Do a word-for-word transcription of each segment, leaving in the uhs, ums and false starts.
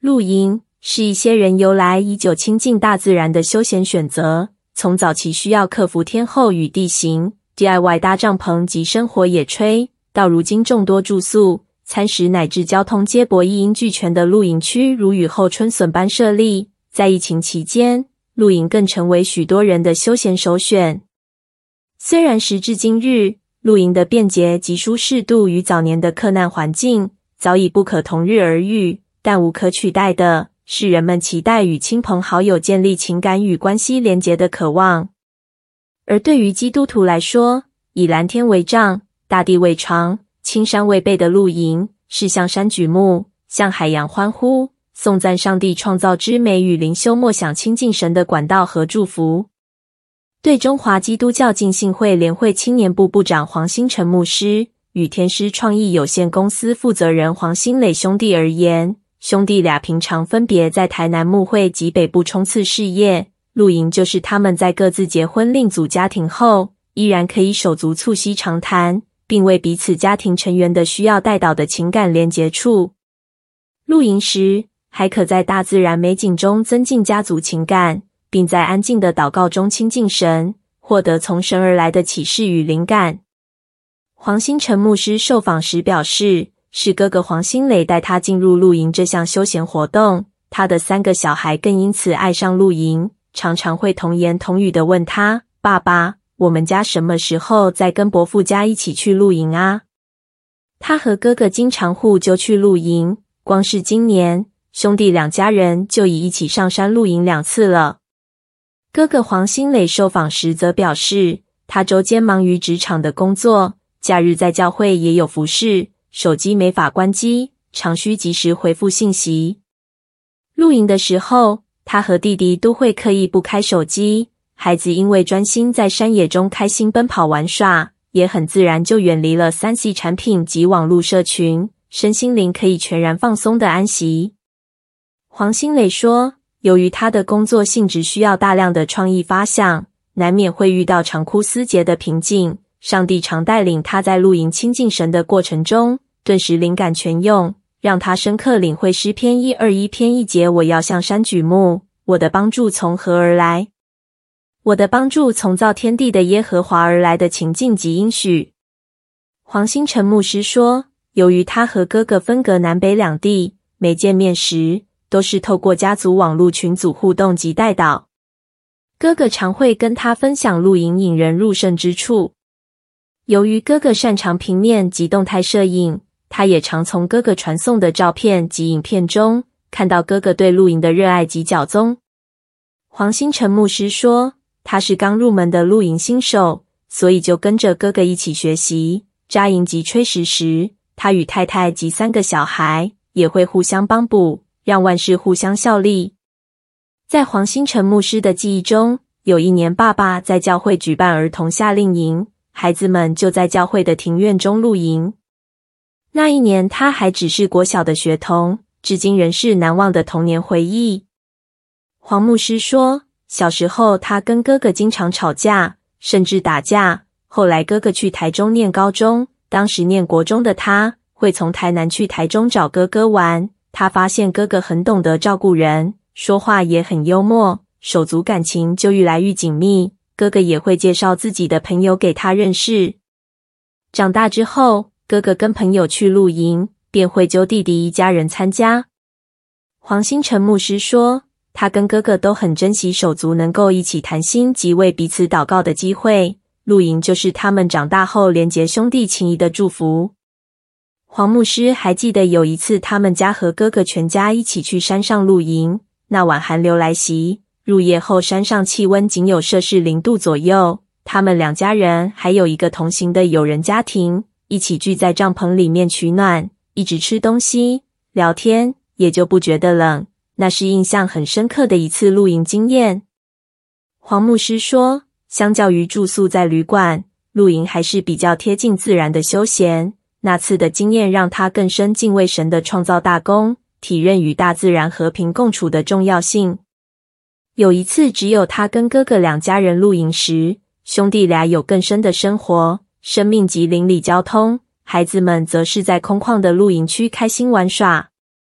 露营是一些人由来已久亲近大自然的休闲选择，从早期需要克服天候与地形， D I Y 搭帐篷及生活野炊，到如今众多住宿、餐食乃至交通接驳一应俱全的露营区如雨后春笋般设立。在疫情期间，露营更成为许多人的休闲首选。虽然时至今日，露营的便捷及舒适度与早年的克难环境早已不可同日而语，但无可取代的是人们期待与亲朋好友建立情感与关系连结的渴望。而对于基督徒来说，以蓝天为帐，大地为床，青山为被的露营，是向山举目，向海洋欢呼，颂赞上帝创造之美与灵修默想亲近神的管道和祝福。对中华基督教浸信会联会青年部部长黄兴诚牧师与天师创意有限公司负责人黄兴磊兄弟而言，兄弟俩平常分别在台南牧会及北部冲刺事业，露营就是他们在各自结婚另组家庭后，依然可以手足促膝长谈，并为彼此家庭成员的需要带导的情感连结处。露营时，还可在大自然美景中增进家族情感，并在安静的祷告中亲近神，获得从神而来的启示与灵感。黄兴诚牧师受访时表示，是哥哥黄兴磊带他进入露营这项休闲活动，他的三个小孩更因此爱上露营，常常会童言童语地问他，爸爸，我们家什么时候再跟伯父家一起去露营啊？他和哥哥经常互揪去露营，光是今年，兄弟两家人就已一起上山露营两次了。哥哥黄兴磊受访时则表示，他周间忙于职场的工作，假日在教会也有服事，手机没法关机，常需及时回复信息。露营的时候，他和弟弟都会刻意不开手机，孩子因为专心在山野中开心奔跑玩耍，也很自然就远离了 三 C 产品及网络社群，身心灵可以全然放松的安息。黄兴磊说，由于他的工作性质需要大量的创意发想，难免会遇到长枯思竭的瓶颈，上帝常带领他在露营亲近神的过程中，顿时灵感全用，让他深刻领会诗篇一二一篇一节，我要向山举目，我的帮助从何而来？我的帮助从造天地的耶和华而来的情境及应许。黄兴诚牧师说，由于他和哥哥分隔南北两地，没见面时都是透过家族网络群组互动及代祷。哥哥常会跟他分享露营引人入胜之处。由于哥哥擅长平面及动态摄影，他也常从哥哥传送的照片及影片中，看到哥哥对露营的热爱及脚踪。黄兴诚牧师说，他是刚入门的露营新手，所以就跟着哥哥一起学习。扎营及炊食时，他与太太及三个小孩也会互相帮补，让万事互相效力。在黄兴诚牧师的记忆中，有一年爸爸在教会举办儿童夏令营，孩子们就在教会的庭院中露营。那一年他还只是国小的学童，至今仍是难忘的童年回忆。黄牧师说，小时候他跟哥哥经常吵架，甚至打架。后来哥哥去台中念高中，当时念国中的他会从台南去台中找哥哥玩。他发现哥哥很懂得照顾人，说话也很幽默，手足感情就愈来愈紧密。哥哥也会介绍自己的朋友给他认识。长大之后，哥哥跟朋友去露营，便会揪弟弟一家人参加。黄兴诚牧师说，他跟哥哥都很珍惜手足能够一起谈心及为彼此祷告的机会，露营就是他们长大后连结兄弟情谊的祝福。黄牧师还记得有一次他们家和哥哥全家一起去山上露营，那晚寒流来袭，入夜后山上气温仅有摄氏零度左右，他们两家人还有一个同行的友人家庭，一起聚在帐篷里面取暖，一直吃东西聊天，也就不觉得冷，那是印象很深刻的一次露营经验。黄牧师说，相较于住宿在旅馆，露营还是比较贴近自然的休闲，那次的经验让他更深敬畏神的创造大功，体认与大自然和平共处的重要性。有一次只有他跟哥哥两家人露营时，兄弟俩有更深的生活、生命及邻里交通，孩子们则是在空旷的露营区开心玩耍。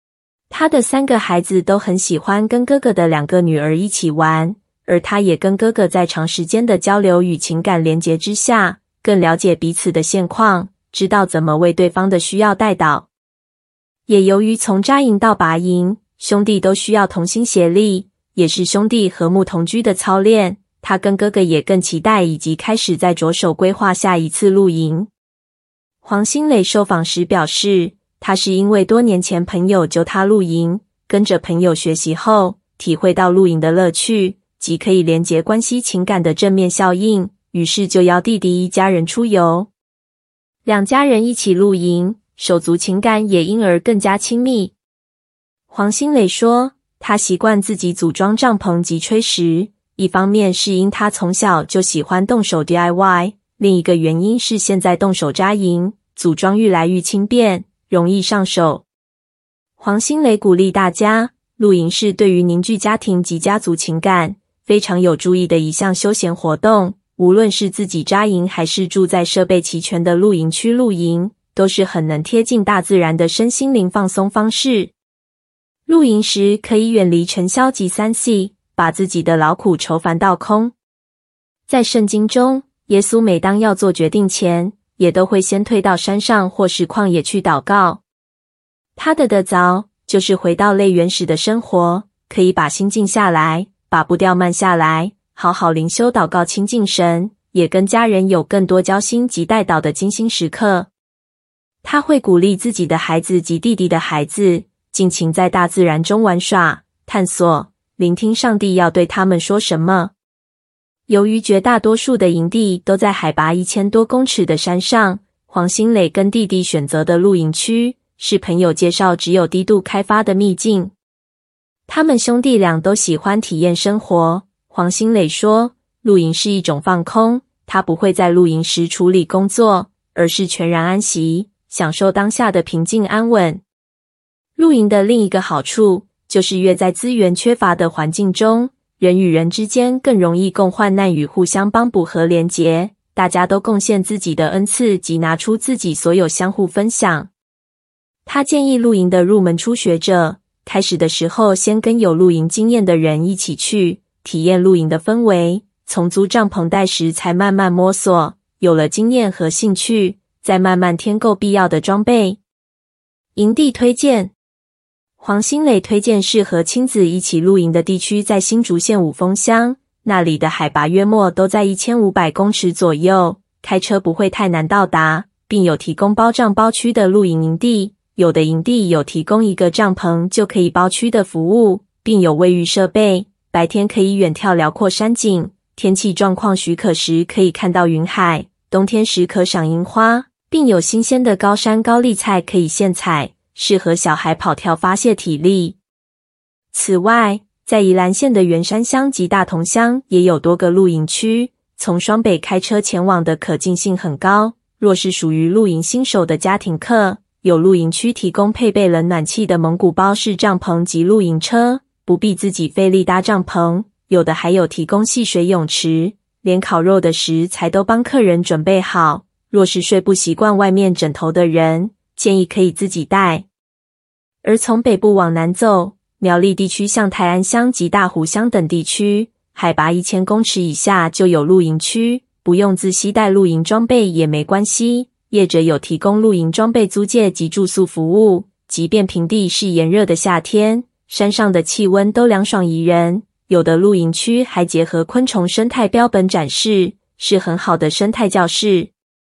他的三个孩子都很喜欢跟哥哥的两个女儿一起玩，而他也跟哥哥在长时间的交流与情感连结之下，更了解彼此的现况，知道怎么为对方的需要带导。也由于从扎营到拔营，兄弟都需要同心协力，也是兄弟和睦同居的操练，他跟哥哥也更期待以及开始在着手规划下一次露营。黄兴磊受访时表示，他是因为多年前朋友揪他露营，跟着朋友学习后，体会到露营的乐趣及可以连结关系情感的正面效应，于是就邀弟弟一家人出游。两家人一起露营，手足情感也因而更加亲密。黄兴磊说，他习惯自己组装帐篷及炊石，一方面是因他从小就喜欢动手 D I Y， 另一个原因是现在动手扎营，组装愈来愈轻便，容易上手。黄兴磊鼓励大家，露营是对于凝聚家庭及家族情感非常有助益的一项休闲活动，无论是自己扎营还是住在设备齐全的露营区露营，都是很能贴近大自然的身心灵放松方式。露营时可以远离尘嚣及三 C， 把自己的劳苦愁烦倒空。在圣经中，耶稣每当要做决定前，也都会先退到山上或是旷野去祷告。他的得着就是回到类原始的生活，可以把心静下来，把步调慢下来，好好灵修祷告亲近神，也跟家人有更多交心及带导的精心时刻。他会鼓励自己的孩子及弟弟的孩子尽情在大自然中玩耍、探索、聆听上帝要对他们说什么。由于绝大多数的营地都在海拔一千多公尺的山上，黄兴磊跟弟弟选择的露营区是朋友介绍只有低度开发的秘境。他们兄弟俩都喜欢体验生活。黄兴磊说，露营是一种放空，他不会在露营时处理工作，而是全然安息，享受当下的平静安稳。露营的另一个好处，就是越在资源缺乏的环境中，人与人之间更容易共患难与互相帮补和连结，大家都贡献自己的恩赐及拿出自己所有相互分享。他建议露营的入门初学者，开始的时候先跟有露营经验的人一起去，体验露营的氛围，从租帐篷带食材慢慢摸索，有了经验和兴趣，再慢慢添购必要的装备。营地推荐，黄兴磊推荐适合亲子一起露营的地区在新竹县五峰乡，那里的海拔约莫都在一千五百公尺左右，开车不会太难到达，并有提供包帐包区的露营营地，有的营地有提供一个帐篷就可以包区的服务，并有卫浴设备，白天可以远眺辽阔山景，天气状况许可时可以看到云海，冬天时可赏樱花，并有新鲜的高山高丽菜可以现采，适合小孩跑跳发泄体力。此外，在宜兰县的员山乡及大同乡也有多个露营区，从双北开车前往的可进性很高，若是属于露营新手的家庭客，有露营区提供配备冷暖气的蒙古包式帐篷及露营车，不必自己费力搭帐篷，有的还有提供戏水泳池，连烤肉的食材都帮客人准备好。若是睡不习惯外面枕头的人，建议可以自己带。而从北部往南走，苗栗地区像泰安乡及大湖乡等地区，海拔一千公尺以下就有露营区，不用自携带露营装备也没关系，业者有提供露营装备租借及住宿服务，即便平地是炎热的夏天，山上的气温都凉爽宜人，有的露营区还结合昆虫生态标本展示，是很好的生态教室。